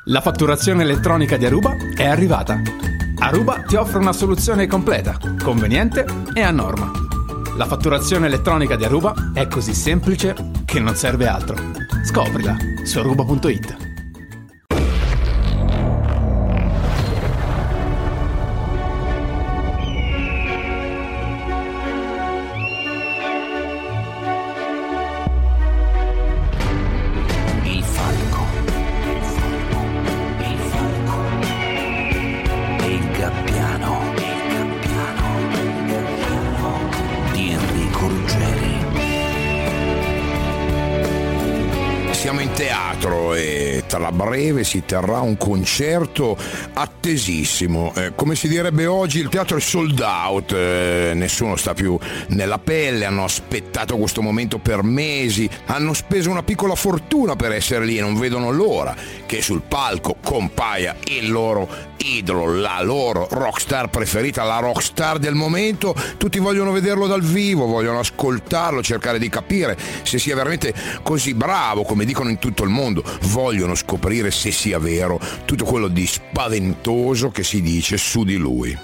La fatturazione elettronica di Aruba è arrivata. Aruba ti offre una soluzione completa, conveniente e a norma. La fatturazione elettronica di Aruba è così semplice che non serve altro. Scoprila su aruba.it. Tra breve si terrà un concerto attesissimo, come si direbbe oggi il teatro è sold out, nessuno sta più nella pelle, hanno aspettato questo momento per mesi, hanno speso una piccola fortuna per essere lì e non vedono l'ora che sul palco compaia il loro idolo, la loro rockstar preferita, la rockstar del momento. Tutti vogliono vederlo dal vivo, vogliono ascoltarlo, cercare di capire se sia veramente così bravo come dicono in tutto il mondo, vogliono scoprire se sia vero tutto quello di spaventoso che si dice su di lui.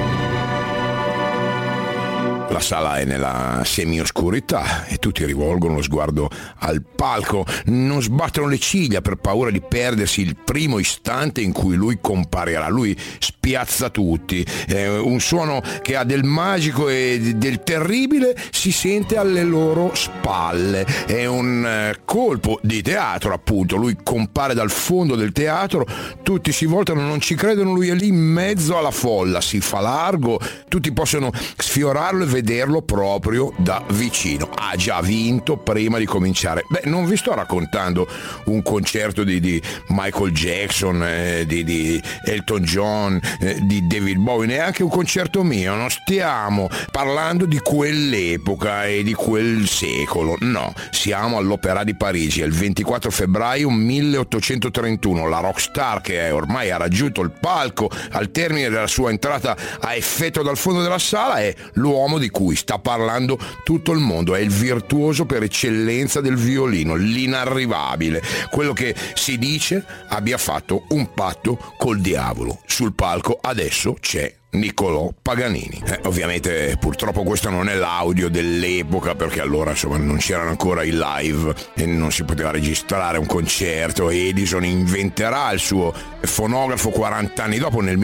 La sala è nella semioscurità e tutti rivolgono lo sguardo al palco, non sbattono le ciglia per paura di perdersi il primo istante in cui lui comparirà. Lui spiazza tutti, un suono che ha del magico e del terribile si sente alle loro spalle, è un colpo di teatro appunto. Lui compare dal fondo del teatro, tutti si voltano, non ci credono, lui è lì in mezzo alla folla, si fa largo, tutti possono sfiorarlo e vederlo proprio da vicino. Ha già vinto prima di cominciare. Non vi sto raccontando un concerto di Michael Jackson, di Elton John, di David Bowie, neanche un concerto mio, non stiamo parlando di quell'epoca e di quel secolo, no, siamo all'Opéra di Parigi, è il 24 febbraio 1831, la rockstar che ormai ha raggiunto il palco al termine della sua entrata a effetto dal fondo della sala è l'uomo di cui sta parlando tutto il mondo, è il virtuoso per eccellenza del violino, l'inarrivabile, quello che si dice abbia fatto un patto col diavolo. Sul palco adesso c'è Niccolò Paganini. Ovviamente purtroppo questo non è l'audio dell'epoca, perché allora insomma non c'erano ancora i live e non si poteva registrare un concerto. Edison inventerà il suo fonografo 40 anni dopo, nel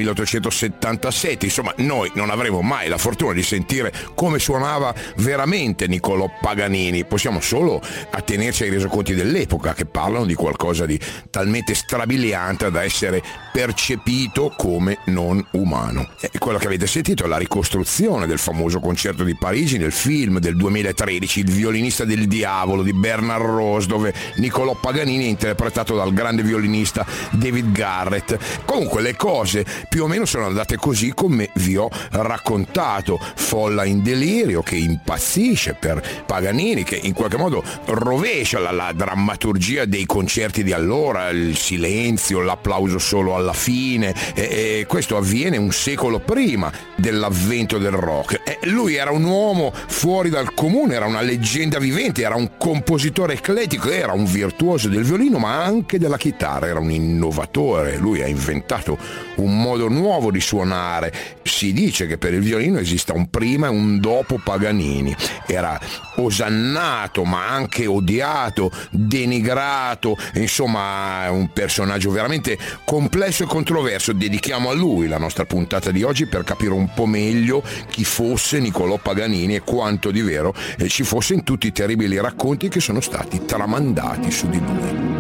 1877. Insomma, noi non avremo mai la fortuna di sentire come suonava veramente Niccolò Paganini, possiamo solo attenerci ai resoconti dell'epoca che parlano di qualcosa di talmente strabiliante da essere percepito come non umano. Quello che avete sentito è la ricostruzione del famoso concerto di Parigi nel film del 2013, Il violinista del diavolo di Bernard Rose, dove Niccolò Paganini è interpretato dal grande violinista David Garrett. Comunque le cose più o meno sono andate così come vi ho raccontato. Folla in delirio che impazzisce per Paganini, che in qualche modo rovescia la drammaturgia dei concerti di allora, il silenzio, l'applauso solo alla fine, e questo avviene un secolo prima dell'avvento del rock. Lui era un uomo fuori dal comune, era una leggenda vivente, era un compositore eclettico, era un virtuoso del violino ma anche della chitarra, era un innovatore. Lui ha inventato un modo nuovo di suonare. Si dice che per il violino esista un prima e un dopo Paganini. Era osannato ma anche odiato, denigrato, insomma un personaggio veramente complesso e controverso. Dedichiamo a lui la nostra puntata di oggi per capire un po' meglio chi fosse Niccolò Paganini e quanto di vero ci fosse in tutti i terribili racconti che sono stati tramandati su di lui.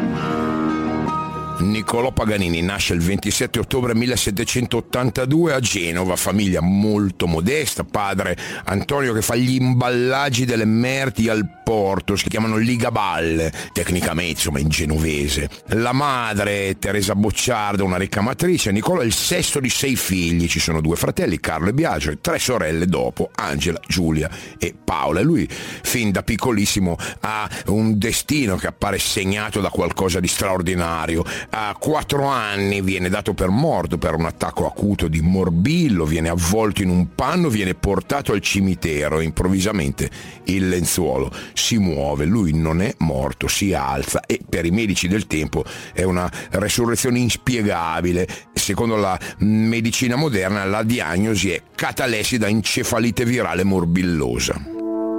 Niccolò Paganini nasce il 27 ottobre 1782 a Genova, famiglia molto modesta, padre Antonio che fa gli imballaggi delle merti al porto, si chiamano ligaballe, tecnicamente insomma in genovese. La madre Teresa Bocciarda, una ricca matrice. Niccolò è il sesto di 6 figli, ci sono 2 fratelli, Carlo e Biagio, e 3 sorelle dopo, Angela, Giulia e Paola. E lui fin da piccolissimo ha un destino che appare segnato da qualcosa di straordinario. A 4 anni viene dato per morto per un attacco acuto di morbillo, viene avvolto in un panno, viene portato al cimitero. Improvvisamente il lenzuolo si muove, lui non è morto, si alza, e per i medici del tempo è una resurrezione inspiegabile. Secondo la medicina moderna la diagnosi è catalessi da encefalite virale morbillosa.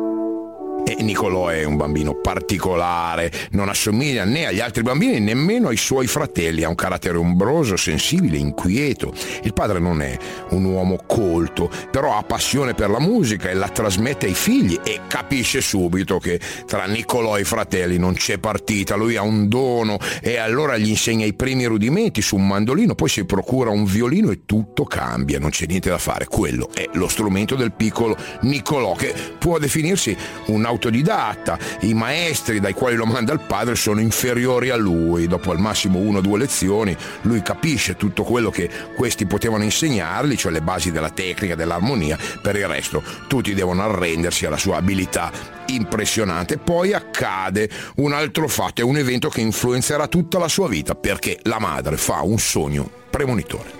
E Nicolò è un bambino particolare, non assomiglia né agli altri bambini, nemmeno ai suoi fratelli, ha un carattere ombroso, sensibile, inquieto. Il padre non è un uomo colto, però ha passione per la musica e la trasmette ai figli, e capisce subito che tra Nicolò e i fratelli non c'è partita. Lui ha un dono e allora gli insegna i primi rudimenti su un mandolino, poi si procura un violino e tutto cambia, non c'è niente da fare. Quello è lo strumento del piccolo Nicolò, che può definirsi un autodidatta. I maestri dai quali lo manda il padre sono inferiori a lui. Dopo al massimo 1 o 2 lezioni lui capisce tutto quello che questi potevano insegnargli, cioè le basi della tecnica, dell'armonia. Per il resto tutti devono arrendersi alla sua abilità impressionante. Poi accade un altro fatto, è un evento che influenzerà tutta la sua vita, perché la madre fa un sogno premonitore.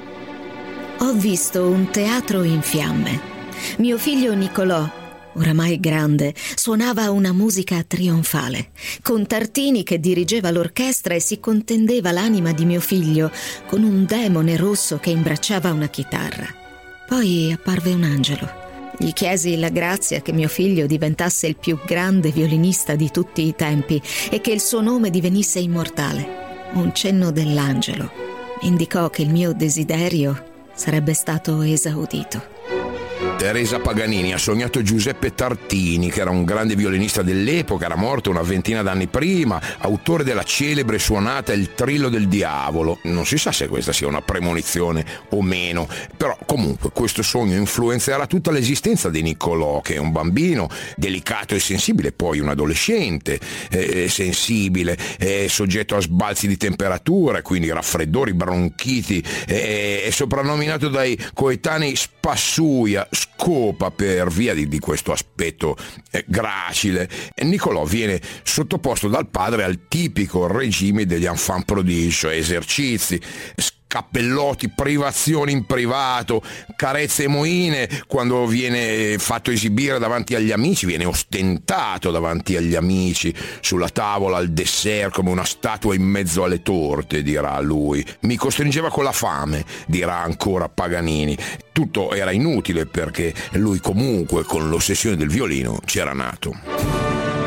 Ho visto un teatro in fiamme. Mio figlio Nicolò, oramai grande, suonava una musica trionfale, con Tartini che dirigeva l'orchestra e si contendeva l'anima di mio figlio con un demone rosso che imbracciava una chitarra. Poi apparve un angelo. Gli chiesi la grazia che mio figlio diventasse il più grande violinista di tutti i tempi e che il suo nome divenisse immortale. Un cenno dell'angelo mi indicò che il mio desiderio sarebbe stato esaudito. Teresa Paganini ha sognato Giuseppe Tartini, che era un grande violinista dell'epoca, era morto una ventina d'anni prima, autore della celebre suonata Il Trillo del Diavolo. Non si sa se questa sia una premonizione o meno, però comunque questo sogno influenzerà tutta l'esistenza di Nicolò, che è un bambino delicato e sensibile, poi un adolescente sensibile, soggetto a sbalzi di temperatura, quindi raffreddori, bronchiti, è soprannominato dai coetanei Spassuia, Scopa, per via di questo aspetto gracile. Nicolò viene sottoposto dal padre al tipico regime degli enfants prodige, cioè esercizi, cappellotti, privazioni in privato, carezze e moine. Quando viene fatto esibire davanti agli amici, viene ostentato davanti agli amici sulla tavola al dessert come una statua in mezzo alle torte, dirà lui. Mi costringeva con la fame, dirà ancora Paganini. Tutto era inutile perché lui comunque con l'ossessione del violino c'era nato.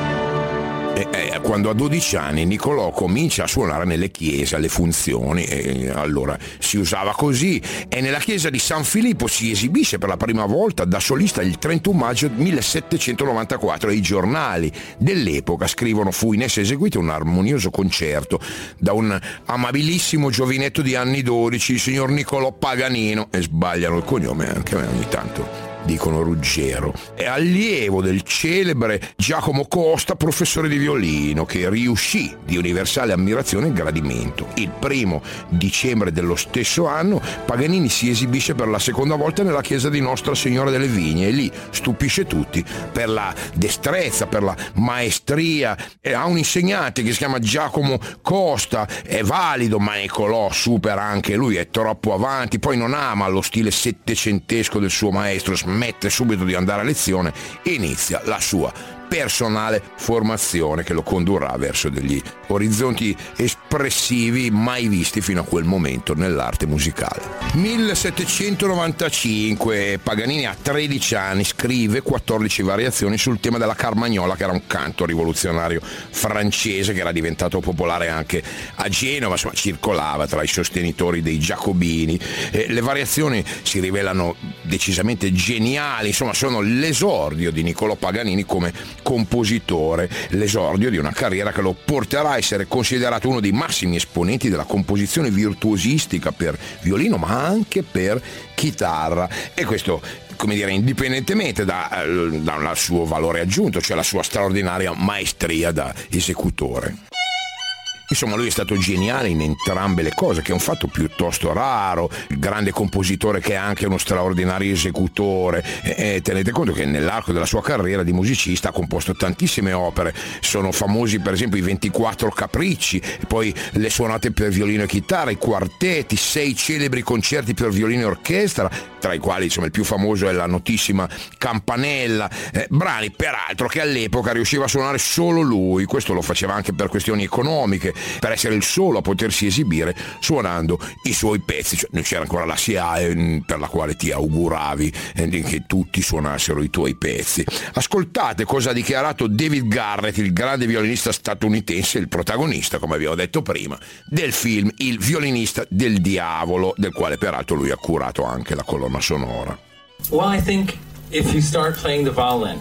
Quando ha 12 anni Nicolò comincia a suonare nelle chiese alle funzioni, e allora si usava così, e nella chiesa di San Filippo si esibisce per la prima volta da solista il 31 maggio 1794 e i giornali dell'epoca scrivono: fu in essa eseguito un armonioso concerto da un amabilissimo giovinetto di anni 12, il signor Nicolò Paganino, e sbagliano il cognome anche a me ogni tanto. Dicono Ruggero, è allievo del celebre Giacomo Costa, professore di violino, che riuscì di universale ammirazione e gradimento. Il 1 dicembre dello stesso anno Paganini si esibisce per la seconda volta nella chiesa di Nostra Signora delle Vigne, e lì stupisce tutti per la destrezza, per la maestria. Ha un insegnante che si chiama Giacomo Costa, è valido, ma Nicolò supera anche lui, è troppo avanti, poi non ama lo stile settecentesco del suo maestro, smette subito di andare a lezione e inizia la sua personale formazione che lo condurrà verso degli orizzonti espressivi mai visti fino a quel momento nell'arte musicale. 1795, Paganini ha 13 anni, scrive 14 variazioni sul tema della Carmagnola, che era un canto rivoluzionario francese che era diventato popolare anche a Genova, insomma circolava tra i sostenitori dei Giacobini. Le variazioni si rivelano decisamente geniali, insomma sono l'esordio di Niccolò Paganini come compositore, l'esordio di una carriera che lo porterà a essere considerato uno dei massimi esponenti della composizione virtuosistica per violino, ma anche per chitarra, e questo, come dire, indipendentemente dal suo valore aggiunto, cioè la sua straordinaria maestria da esecutore. Insomma, lui è stato geniale in entrambe le cose, che è un fatto piuttosto raro. Il grande compositore che è anche uno straordinario esecutore. Tenete conto che nell'arco della sua carriera di musicista ha composto tantissime opere. Sono famosi per esempio i 24 capricci, poi le suonate per violino e chitarra, i quartetti, 6 celebri concerti per violino e orchestra, tra i quali insomma il più famoso è la notissima Campanella, brani peraltro che all'epoca riusciva a suonare solo lui. Questo lo faceva anche per questioni economiche, per essere il solo a potersi esibire suonando i suoi pezzi. Cioè, non c'era ancora la SIAE per la quale ti auguravi che tutti suonassero i tuoi pezzi. Ascoltate cosa ha dichiarato David Garrett, il grande violinista statunitense, il protagonista, come abbiamo detto prima, del film Il violinista del diavolo, del quale peraltro lui ha curato anche la colonna sonora. Well, I think if you start playing the violin,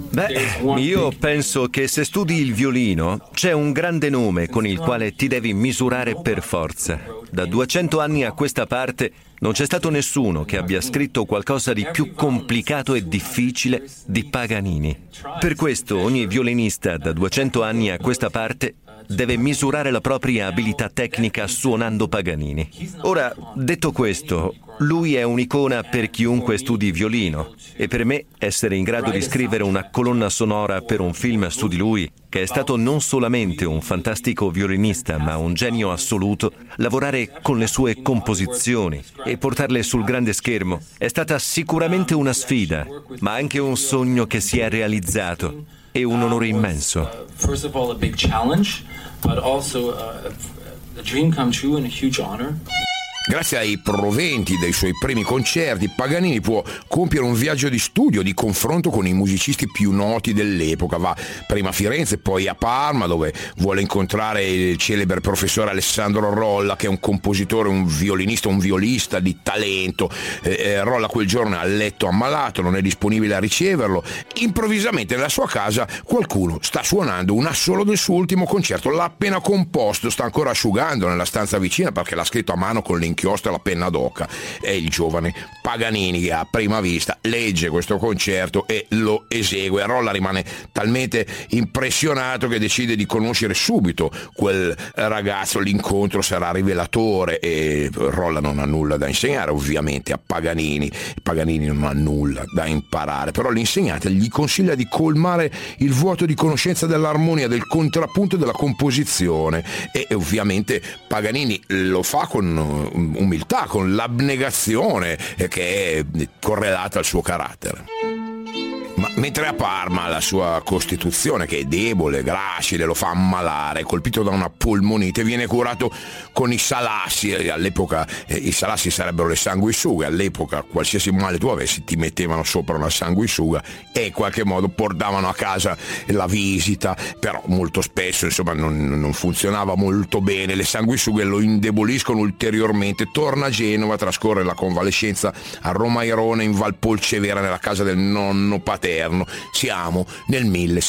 io penso che se studi il violino c'è un grande nome con il quale ti devi misurare per forza. Da 200 anni a questa parte non c'è stato nessuno che abbia scritto qualcosa di più complicato e difficile di Paganini. Per questo ogni violinista da 200 anni a questa parte deve misurare la propria abilità tecnica suonando Paganini. Ora, detto questo, lui è un'icona per chiunque studi violino, e per me essere in grado di scrivere una colonna sonora per un film su di lui, che è stato non solamente un fantastico violinista ma un genio assoluto, lavorare con le sue composizioni e portarle sul grande schermo è stata sicuramente una sfida, ma anche un sogno che si è realizzato e un onore immenso. First of all, a big challenge, but also a dream come true and a huge honor. Grazie ai proventi dei suoi primi concerti, Paganini può compiere un viaggio di studio, di confronto con i musicisti più noti dell'epoca. Va prima a Firenze, poi a Parma, dove vuole incontrare il celebre professore Alessandro Rolla, che è un compositore, un violinista, un violista di talento. Rolla quel giorno è a letto ammalato, non è disponibile a riceverlo. Improvvisamente nella sua casa qualcuno sta suonando un assolo del suo ultimo concerto. L'ha appena composto, sta ancora asciugando nella stanza vicina perché l'ha scritto a mano con l'inchiostro e la penna d'oca. È il giovane Paganini che a prima vista legge questo concerto e lo esegue. Rolla rimane talmente impressionato che decide di conoscere subito quel ragazzo. L'incontro sarà rivelatore e Rolla non ha nulla da insegnare ovviamente a Paganini. Paganini non ha nulla da imparare, però l'insegnante gli consiglia di colmare il vuoto di conoscenza dell'armonia, del contrappunto e della composizione, e ovviamente Paganini lo fa con umiltà, con l'abnegazione che è correlata al suo carattere. Ma mentre a Parma la sua costituzione, che è debole, gracile, lo fa ammalare, colpito da una polmonite, viene curato con i salassi. All'epoca i salassi sarebbero le sanguisughe. All'epoca qualsiasi male tu avessi ti mettevano sopra una sanguisuga e in qualche modo portavano a casa la visita, però molto spesso insomma non funzionava molto bene. Le sanguisughe lo indeboliscono ulteriormente. Torna a Genova, trascorre la convalescenza a Romairone in Valpolcevera, nella casa del nonno paterno. Siamo nel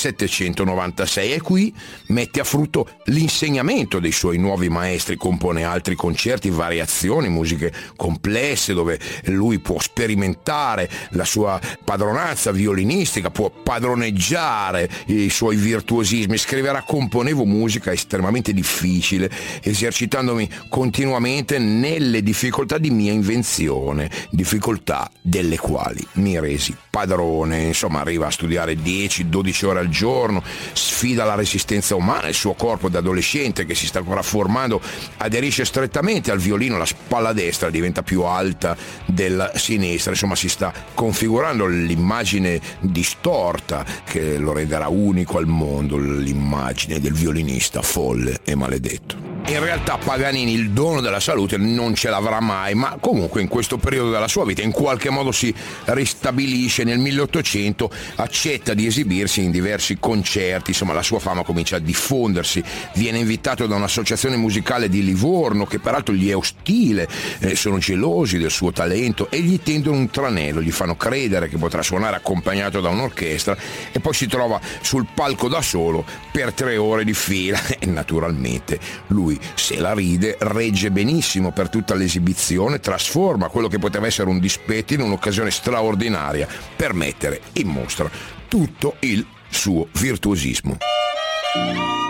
1796 e qui mette a frutto l'insegnamento dei suoi nuovi maestri, compone altri concerti, variazioni, musiche complesse dove lui può sperimentare la sua padronanza violinistica, può padroneggiare i suoi virtuosismi. Scriverà: componevo musica estremamente difficile, esercitandomi continuamente nelle difficoltà di mia invenzione, difficoltà delle quali mi resi padrone. Insomma, arriva a studiare 10-12 ore al giorno, sfida la resistenza umana. Il suo corpo da adolescente, che si sta ancora formando, aderisce strettamente al violino, la spalla destra diventa più alta della sinistra. Insomma, si sta configurando l'immagine distorta che lo renderà unico al mondo, l'immagine del violinista folle e maledetto. In realtà Paganini il dono della salute non ce l'avrà mai, ma comunque in questo periodo della sua vita in qualche modo si ristabilisce. Nel 1800 accetta di esibirsi in diversi concerti, insomma la sua fama comincia a diffondersi, viene invitato da un'associazione musicale di Livorno che peraltro gli è ostile, sono gelosi del suo talento e gli tendono un tranello, gli fanno credere che potrà suonare accompagnato da un'orchestra e poi si trova sul palco da solo per 3 ore di fila e naturalmente lui se la ride, regge benissimo per tutta l'esibizione, trasforma quello che poteva essere un dispetto in un'occasione straordinaria per mettere in mostra tutto il suo virtuosismo.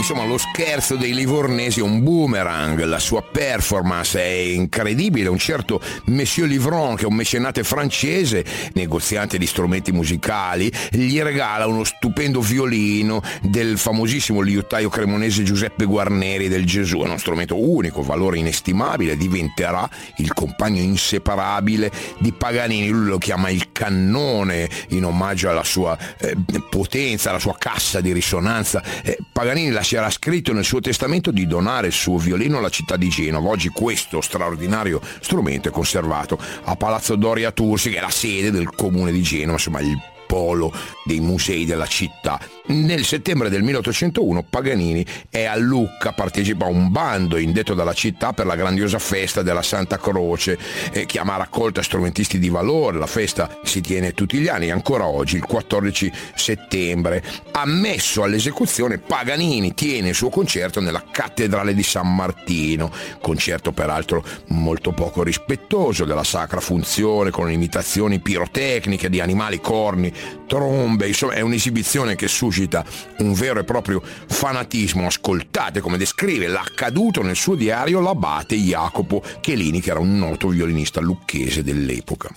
Insomma, lo scherzo dei livornesi è un boomerang, la sua performance è incredibile. Un certo Monsieur Livron, che è un mecenate francese, negoziante di strumenti musicali, gli regala uno stupendo violino del famosissimo liutaio cremonese Giuseppe Guarneri del Gesù. È uno strumento unico, valore inestimabile, diventerà il compagno inseparabile di Paganini. Lui lo chiama il cannone in omaggio alla sua potenza, alla sua cassa di risonanza. Paganini lascerà scritto nel suo testamento di donare il suo violino alla città di Genova. Oggi questo straordinario strumento è conservato a Palazzo Doria Tursi, che è la sede del comune di Genova, insomma il polo dei musei della città. Nel settembre del 1801 Paganini è a Lucca, partecipa a un bando indetto dalla città per la grandiosa festa della Santa Croce, che ha raccolta strumentisti di valore. La festa si tiene tutti gli anni, ancora oggi, il 14 settembre. Ammesso all'esecuzione, Paganini tiene il suo concerto nella cattedrale di San Martino, concerto peraltro molto poco rispettoso della sacra funzione, con imitazioni pirotecniche di animali, corni, trombe. Insomma, è un'esibizione che suscita un vero e proprio fanatismo. Ascoltate come descrive l'accaduto nel suo diario l'abate Jacopo Chelini, che era un noto violinista lucchese dell'epoca.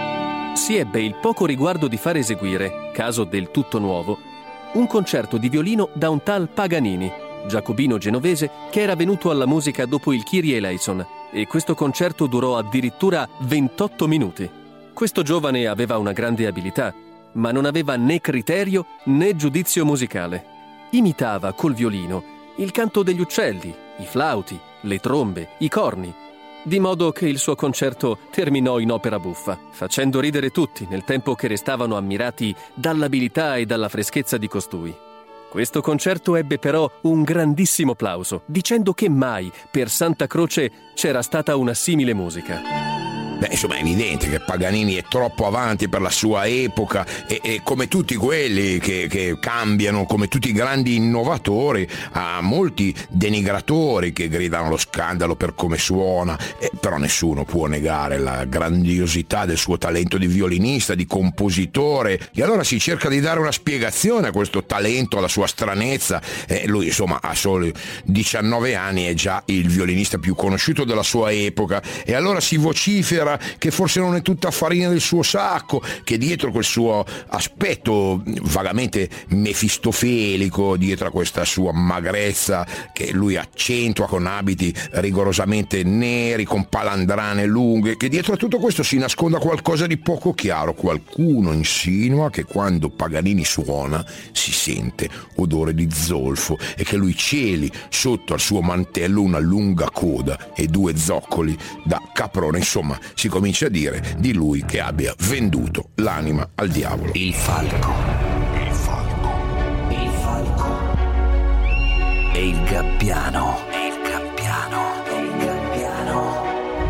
Si ebbe il poco riguardo di far eseguire, caso del tutto nuovo, un concerto di violino da un tal Paganini, giacobino genovese, che era venuto alla musica dopo il Kyrie eleison, e questo concerto durò addirittura 28 minuti. Questo giovane aveva una grande abilità, ma non aveva né criterio né giudizio musicale. Imitava col violino il canto degli uccelli, i flauti, le trombe, i corni, di modo che il suo concerto terminò in opera buffa, facendo ridere tutti nel tempo che restavano ammirati dall'abilità e dalla freschezza di costui. Questo concerto ebbe però un grandissimo plauso, dicendo che mai per Santa Croce c'era stata una simile musica. Insomma, è evidente che Paganini è troppo avanti per la sua epoca e come tutti quelli che cambiano, come tutti i grandi innovatori, ha molti denigratori che gridano lo scandalo per come suona, però nessuno può negare la grandiosità del suo talento di violinista, di compositore, e allora si cerca di dare una spiegazione a questo talento, alla sua stranezza. Lui insomma a soli 19 anni è già il violinista più conosciuto della sua epoca, e allora si vocifera che forse non è tutta farina del suo sacco, che dietro quel suo aspetto vagamente mefistofelico, dietro a questa sua magrezza che lui accentua con abiti rigorosamente neri, con palandrane lunghe, che dietro a tutto questo si nasconda qualcosa di poco chiaro. Qualcuno insinua che quando Paganini suona si sente odore di zolfo e che lui celi sotto al suo mantello una lunga coda e 2 zoccoli da caprone. Insomma, si comincia a dire di lui che abbia venduto l'anima al diavolo. Il falco. Il falco. Il falco. E il gabbiano. E il gabbiano. E il gabbiano.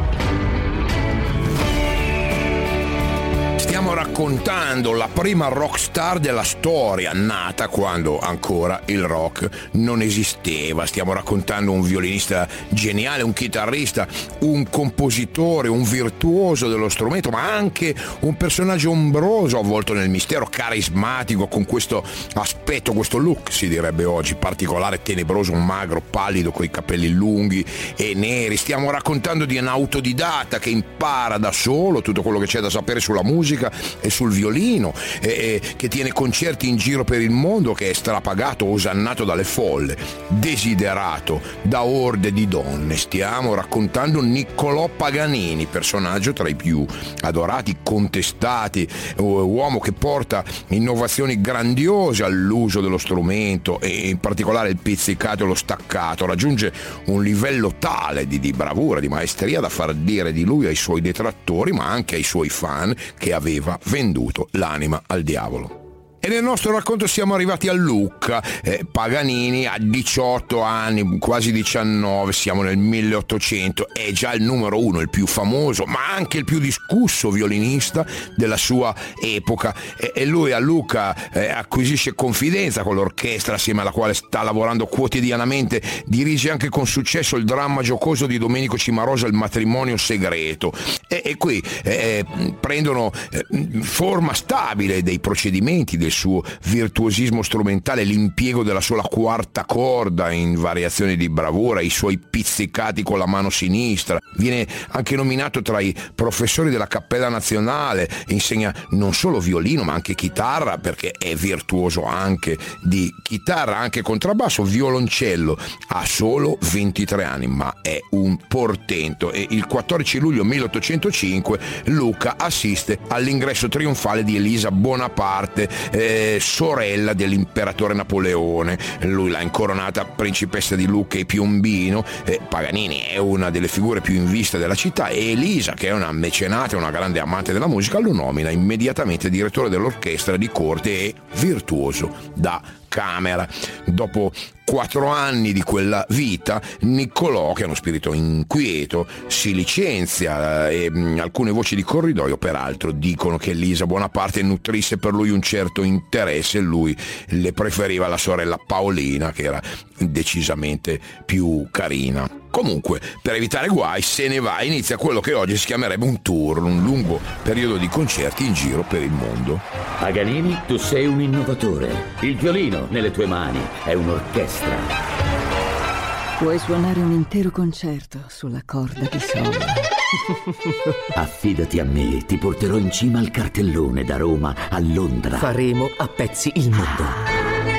Stiamo raccontando la prima rockstar della storia, nata quando ancora il rock non esisteva. Stiamo raccontando un violinista geniale, un chitarrista, un compositore, un virtuoso dello strumento, ma anche un personaggio ombroso, avvolto nel mistero, carismatico, con questo aspetto, questo look, si direbbe oggi, particolare, tenebroso, un magro, pallido, coi capelli lunghi e neri. Stiamo raccontando di un autodidatta che impara da solo tutto quello che c'è da sapere sulla musica e sul violino, che tiene concerti in giro per il mondo, che è strapagato, osannato dalle folle, desiderato da orde di donne. Stiamo raccontando Niccolò Paganini, personaggio tra i più adorati, contestati, uomo che porta innovazioni grandiose all'uso dello strumento, e in particolare il pizzicato e lo staccato. Raggiunge un livello tale di bravura, di maestria, da far dire di lui ai suoi detrattori, ma anche ai suoi fan, che aveva venduto l'anima al diavolo. E nel nostro racconto siamo arrivati a Lucca. Paganini ha 18 anni, quasi 19, siamo nel 1800, è già il numero 1, il più famoso, ma anche il più discusso violinista della sua epoca. E lui a Lucca acquisisce confidenza con l'orchestra assieme alla quale sta lavorando quotidianamente. Dirige anche con successo il dramma giocoso di Domenico Cimarosa, Il matrimonio segreto. E qui prendono forma stabile dei procedimenti, del suo virtuosismo strumentale, l'impiego della sola quarta corda in variazioni di bravura, i suoi pizzicati con la mano sinistra. Viene anche nominato tra i professori della Cappella Nazionale, insegna non solo violino ma anche chitarra, perché è virtuoso anche di chitarra, anche contrabbasso, violoncello. Ha solo 23 anni ma è un portento, e il 14 luglio 1805 Luca assiste all'ingresso trionfale di Elisa Bonaparte, sorella dell'imperatore Napoleone. Lui l'ha incoronata principessa di Lucca e Piombino. Paganini è una delle figure più in vista della città, e Elisa, che è una mecenate, una grande amante della musica, lo nomina immediatamente direttore dell'orchestra di corte e virtuoso da camera. Dopo 4 anni di quella vita, Niccolò, che è uno spirito inquieto, si licenzia, e alcune voci di corridoio peraltro dicono che Elisa Bonaparte nutrisse per lui un certo interesse. Lui le preferiva la sorella Paolina, che era decisamente più carina. Comunque, per evitare guai, se ne va, inizia quello che oggi si chiamerebbe un tour, un lungo periodo di concerti in giro per il mondo. Paganini, tu sei un innovatore. Il violino nelle tue mani è un'orchestra. Puoi suonare un intero concerto sulla corda di sol. Affidati a me, ti porterò in cima al cartellone da Roma a Londra. Faremo a pezzi il mondo.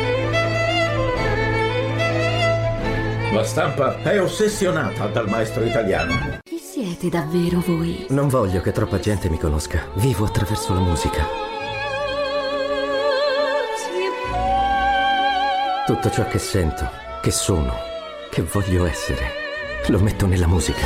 La stampa è ossessionata dal maestro italiano. Chi siete davvero voi? Non voglio che troppa gente mi conosca. Vivo attraverso la musica. Tutto ciò che sento, che sono, che voglio essere, lo metto nella musica.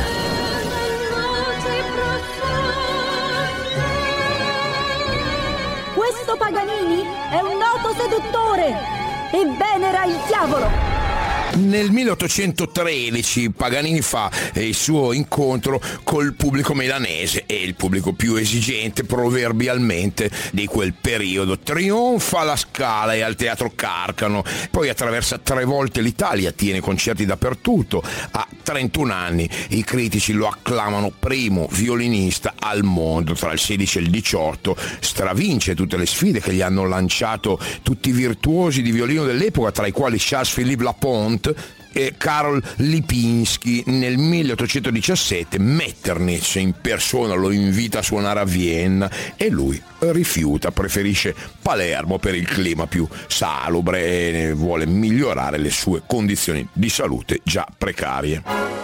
Questo Paganini è un noto seduttore e venera il diavolo. Nel 1813 Paganini fa il suo incontro col pubblico milanese, e il pubblico più esigente proverbialmente di quel periodo. Trionfa alla Scala e al Teatro Carcano, poi attraversa 3 volte l'Italia, tiene concerti dappertutto. A 31 anni i critici lo acclamano primo violinista al mondo. Tra il 16 e il 18 stravince tutte le sfide che gli hanno lanciato tutti i virtuosi di violino dell'epoca, tra i quali Charles-Philippe Lapont e Karol Lipinski. Nel 1817 Metternich in persona lo invita a suonare a Vienna e lui rifiuta, preferisce Palermo per il clima più salubre e vuole migliorare le sue condizioni di salute già precarie.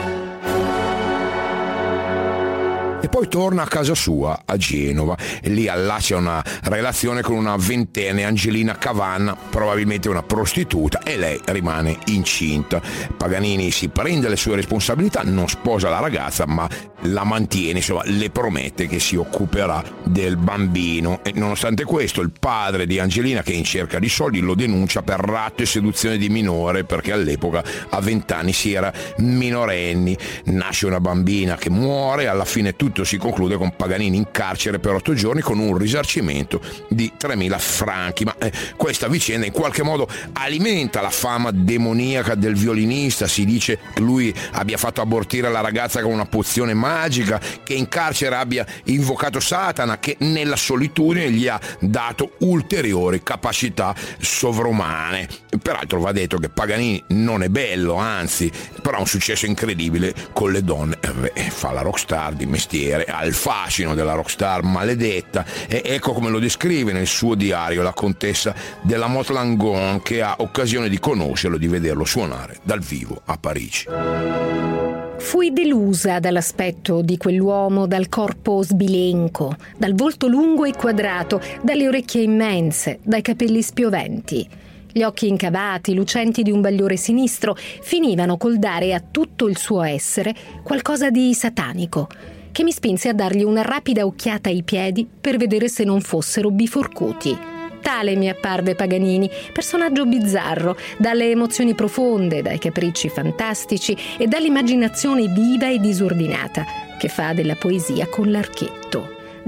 E poi torna a casa sua, a Genova, e lì allaccia una relazione con una ventenne, Angelina Cavanna, probabilmente una prostituta, e lei rimane incinta. Paganini si prende le sue responsabilità, non sposa la ragazza, ma la mantiene, insomma, le promette che si occuperà del bambino. E nonostante questo, il padre di Angelina, che è in cerca di soldi, lo denuncia per ratto e seduzione di minore, perché all'epoca a 20 anni si era minorenni. Nasce una bambina che muore, alla fine tutto si conclude con Paganini in carcere per 8 giorni con un risarcimento di 3.000 franchi. Ma questa vicenda in qualche modo alimenta la fama demoniaca del violinista. Si dice che lui abbia fatto abortire la ragazza con una pozione magica, che in carcere abbia invocato Satana, che nella solitudine gli ha dato ulteriori capacità sovrumane. Peraltro va detto che Paganini non è bello, anzi, però ha un successo incredibile con le donne. Fa la rockstar di mestiere, ha il fascino della rockstar maledetta, e ecco come lo descrive nel suo diario la contessa della Motte-Langon, che ha occasione di conoscerlo, di vederlo suonare dal vivo a Parigi. Fui delusa dall'aspetto di quell'uomo, dal corpo sbilenco, dal volto lungo e quadrato, dalle orecchie immense, dai capelli spioventi. Gli occhi incavati, lucenti di un bagliore sinistro, finivano col dare a tutto il suo essere qualcosa di satanico, che mi spinse a dargli una rapida occhiata ai piedi per vedere se non fossero biforcuti. Tale mi apparve Paganini, personaggio bizzarro, dalle emozioni profonde, dai capricci fantastici e dall'immaginazione viva e disordinata, che fa della poesia con l'archetto.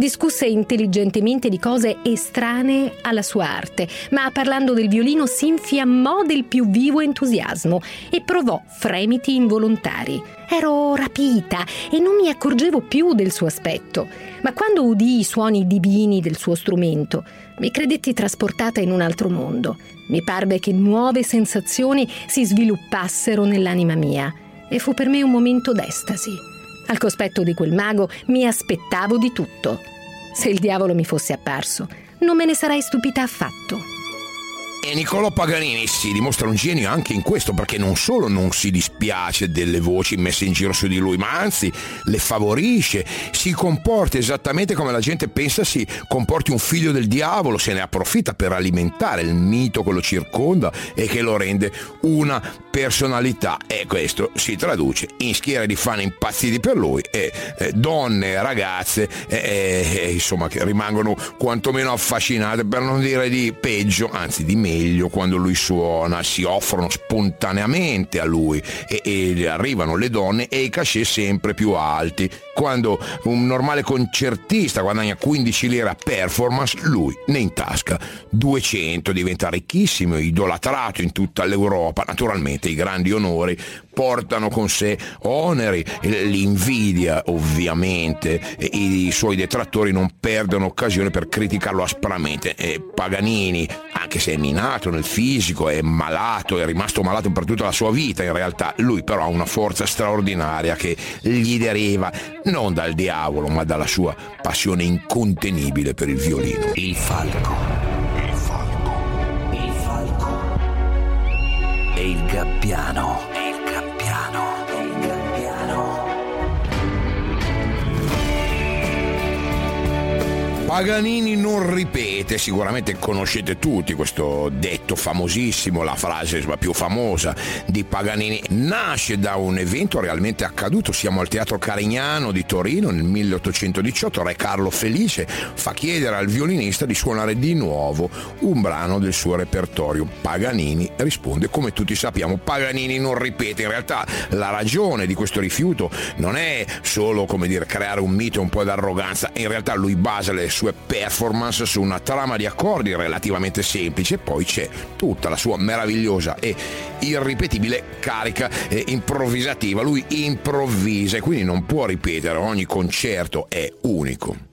Discusse intelligentemente di cose estranee alla sua arte, ma parlando del violino si infiammò del più vivo entusiasmo e provò fremiti involontari. Ero rapita e non mi accorgevo più del suo aspetto, ma quando udii i suoni divini del suo strumento, mi credetti trasportata in un altro mondo. Mi parve che nuove sensazioni si sviluppassero nell'anima mia e fu per me un momento d'estasi. Al cospetto di quel mago mi aspettavo di tutto. Se il diavolo mi fosse apparso, non me ne sarei stupita affatto. E Niccolò Paganini si dimostra un genio anche in questo, perché non solo non si dispiace delle voci messe in giro su di lui, ma anzi le favorisce, si comporta esattamente come la gente pensa si comporti un figlio del diavolo, se ne approfitta per alimentare il mito che lo circonda e che lo rende una personalità, e questo si traduce in schiere di fan impazziti per lui e donne, ragazze insomma, che rimangono quantomeno affascinate, per non dire di peggio, anzi di meglio, quando lui suona. Si offrono spontaneamente a lui e arrivano le donne e i cachet sempre più alti. Quando un normale concertista guadagna 15 lire a performance, lui ne intasca 200, diventa ricchissimo, idolatrato in tutta l'Europa. Naturalmente i grandi onori portano con sé oneri, l'invidia ovviamente, e i suoi detrattori non perdono occasione per criticarlo aspramente. E Paganini, anche se è minato nel fisico, è malato, è rimasto malato per tutta la sua vita in realtà, lui però ha una forza straordinaria che gli deriva non dal diavolo ma dalla sua passione incontenibile per il violino. Il falco. Il falco. Il falco. E il gabbiano. Paganini non ripete, sicuramente conoscete tutti questo detto famosissimo, la frase più famosa di Paganini nasce da un evento realmente accaduto. Siamo al Teatro Carignano di Torino nel 1818, Re Carlo Felice fa chiedere al violinista di suonare di nuovo un brano del suo repertorio. Paganini risponde, come tutti sappiamo, Paganini non ripete. In realtà la ragione di questo rifiuto non è solo, come dire, creare un mito e un po' d'arroganza, in realtà lui basa le sue performance su una trama di accordi relativamente semplice, e poi c'è tutta la sua meravigliosa e irripetibile carica improvvisativa. Lui improvvisa e quindi non può ripetere, ogni concerto è unico.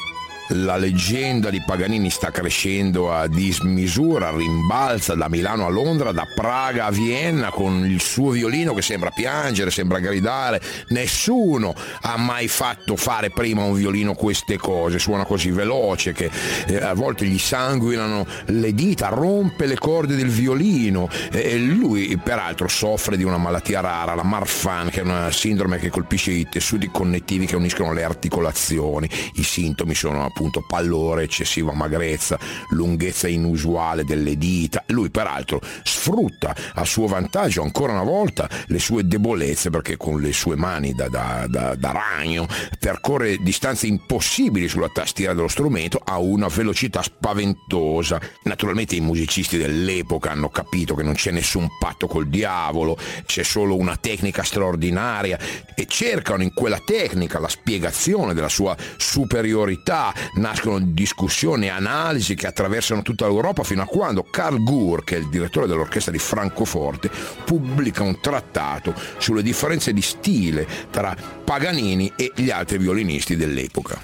La leggenda di Paganini sta crescendo a dismisura, rimbalza da Milano a Londra, da Praga a Vienna, con il suo violino che sembra piangere, sembra gridare. Nessuno ha mai fatto fare prima a un violino queste cose, suona così veloce che a volte gli sanguinano le dita, rompe le corde del violino, e lui peraltro soffre di una malattia rara, la Marfan, che è una sindrome che colpisce i tessuti connettivi che uniscono le articolazioni. I sintomi sono appunto pallore, eccessiva magrezza, lunghezza inusuale delle dita. Lui peraltro sfrutta a suo vantaggio ancora una volta le sue debolezze, perché con le sue mani da ragno percorre distanze impossibili sulla tastiera dello strumento a una velocità spaventosa. Naturalmente i musicisti dell'epoca hanno capito che non c'è nessun patto col diavolo, c'è solo una tecnica straordinaria, e cercano in quella tecnica la spiegazione della sua superiorità. Nascono discussioni e analisi che attraversano tutta l'Europa, fino a quando Karl Gurr, che è il direttore dell'orchestra di Francoforte, pubblica un trattato sulle differenze di stile tra Paganini e gli altri violinisti dell'epoca.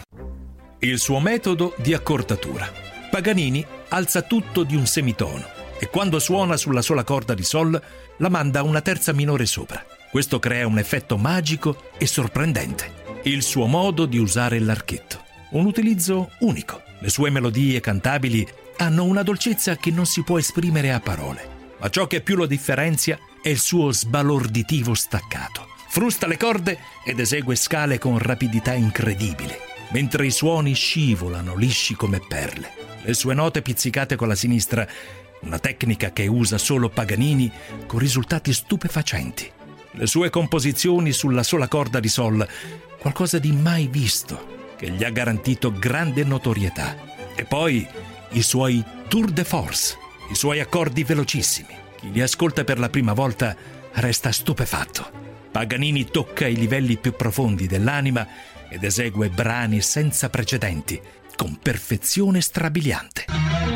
Il suo metodo di accordatura. Paganini alza tutto di un semitono e quando suona sulla sola corda di Sol la manda una terza minore sopra. Questo crea un effetto magico e sorprendente. Il suo modo di usare l'archetto. Un utilizzo unico. Le sue melodie cantabili hanno una dolcezza che non si può esprimere a parole. Ma ciò che più lo differenzia è il suo sbalorditivo staccato. Frusta le corde ed esegue scale con rapidità incredibile, mentre i suoni scivolano lisci come perle. Le sue note pizzicate con la sinistra, una tecnica che usa solo Paganini, con risultati stupefacenti. Le sue composizioni sulla sola corda di Sol, qualcosa di mai visto, che gli ha garantito grande notorietà. E poi i suoi tour de force, i suoi accordi velocissimi. Chi li ascolta per la prima volta resta stupefatto. Paganini tocca i livelli più profondi dell'anima ed esegue brani senza precedenti, con perfezione strabiliante.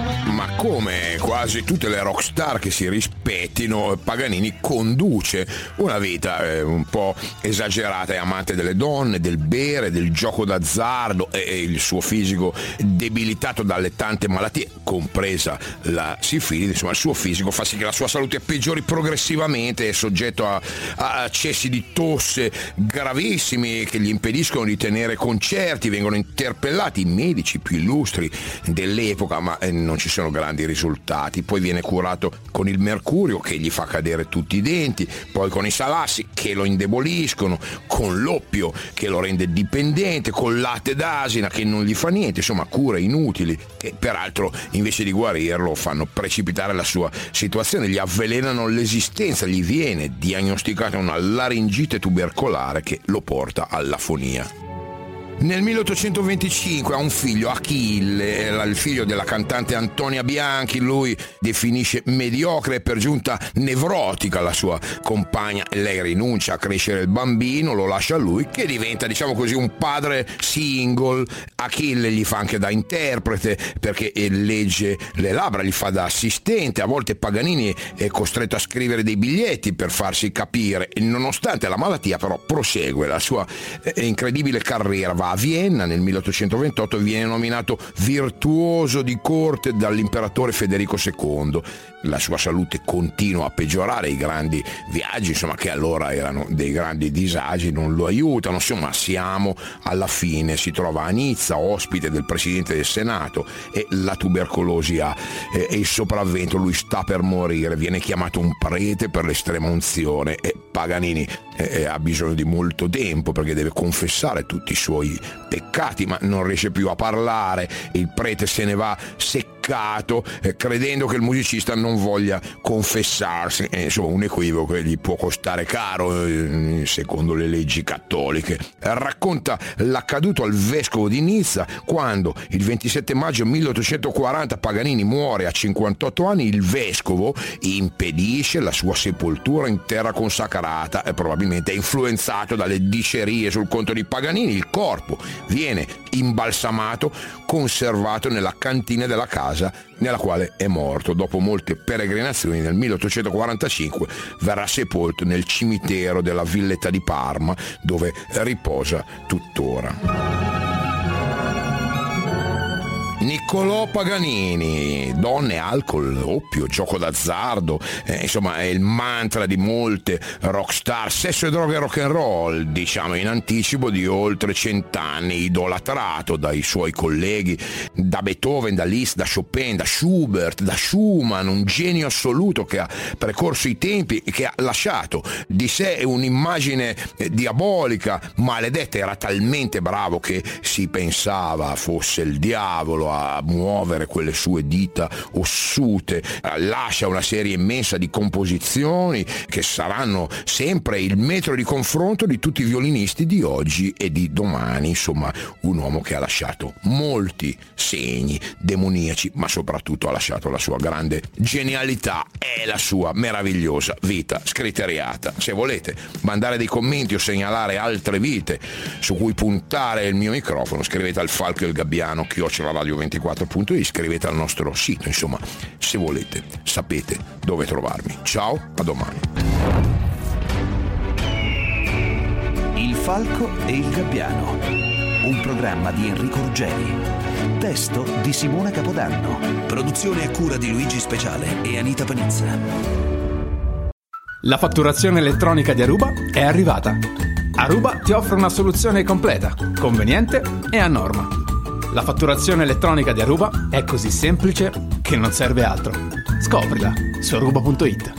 Ma come quasi tutte le rockstar che si rispettino, Paganini conduce una vita un po' esagerata, è amante delle donne, del bere, del gioco d'azzardo, e il suo fisico debilitato dalle tante malattie, compresa la sifilide, insomma il suo fisico fa sì che la sua salute peggiori progressivamente, è soggetto a accessi di tosse gravissimi che gli impediscono di tenere concerti, vengono interpellati i medici più illustri dell'epoca, ma non ci sono grandi risultati. Poi viene curato con il mercurio che gli fa cadere tutti i denti, poi con i salassi che lo indeboliscono, con l'oppio che lo rende dipendente, col latte d'asina che non gli fa niente, insomma cure inutili che peraltro invece di guarirlo fanno precipitare la sua situazione, gli avvelenano l'esistenza, gli viene diagnosticata una laringite tubercolare che lo porta all'afonia. Nel 1825 ha un figlio, Achille, il figlio della cantante Antonia Bianchi. Lui definisce mediocre e per giunta nevrotica la sua compagna. Lei rinuncia a crescere il bambino, lo lascia a lui, che diventa, diciamo così, un padre single. Achille gli fa anche da interprete perché legge le labbra, gli fa da assistente. A volte Paganini è costretto a scrivere dei biglietti per farsi capire. Nonostante la malattia però prosegue la sua incredibile carriera. Va a Vienna nel 1828 e viene nominato virtuoso di corte dall'imperatore Federico II. La sua salute continua a peggiorare, i grandi viaggi, insomma, che allora erano dei grandi disagi, non lo aiutano. Insomma, siamo alla fine, si trova a Nizza, ospite del presidente del Senato, e la tubercolosi ha il sopravvento, lui sta per morire, viene chiamato un prete per l'estrema unzione e Paganini ha bisogno di molto tempo perché deve confessare tutti i suoi peccati, ma non riesce più a parlare. Il prete se ne va seccato, credendo che il musicista non voglia confessarsi. Insomma, un equivoco che gli può costare caro secondo le leggi cattoliche. Racconta l'accaduto al vescovo di Nizza quando il 27 maggio 1840 Paganini muore a 58 anni. Il vescovo impedisce la sua sepoltura in terra consacrata e probabilmente è influenzato dalle dicerie sul conto di Paganini. Il corpo viene imbalsamato, conservato nella cantina della casa nella quale è morto. Dopo molte peregrinazioni, nel 1845 verrà sepolto nel cimitero della Villetta di Parma, dove riposa tuttora. Niccolò Paganini, donne, alcol, oppio, gioco d'azzardo, insomma è il mantra di molte rockstar. Sesso e droga e rock and roll, diciamo in anticipo di oltre 100 anni, idolatrato dai suoi colleghi, da Beethoven, da Liszt, da Chopin, da Schubert, da Schumann, un genio assoluto che ha precorso i tempi e che ha lasciato di sé un'immagine diabolica, maledetta. Era talmente bravo che si pensava fosse il diavolo a muovere quelle sue dita ossute. Lascia una serie immensa di composizioni che saranno sempre il metro di confronto di tutti i violinisti di oggi e di domani. Insomma, un uomo che ha lasciato molti segni demoniaci, ma soprattutto ha lasciato la sua grande genialità e la sua meravigliosa vita scriteriata. Se volete mandare dei commenti o segnalare altre vite su cui puntare il mio microfono, scrivete al Falco e il Gabbiano @radio24.it, scrivete al nostro sito. Insomma, se volete sapete dove trovarmi. Ciao, a domani. Il Falco e il Gabbiano, un programma di Enrico Ruggeri, testo di Simone Capodanno, produzione a cura di Luigi Speciale e Anita Panizza. La fatturazione elettronica di Aruba è arrivata. Aruba ti offre una soluzione completa, conveniente e a norma. La fatturazione elettronica di Aruba è così semplice che non serve altro. Scoprila su aruba.it.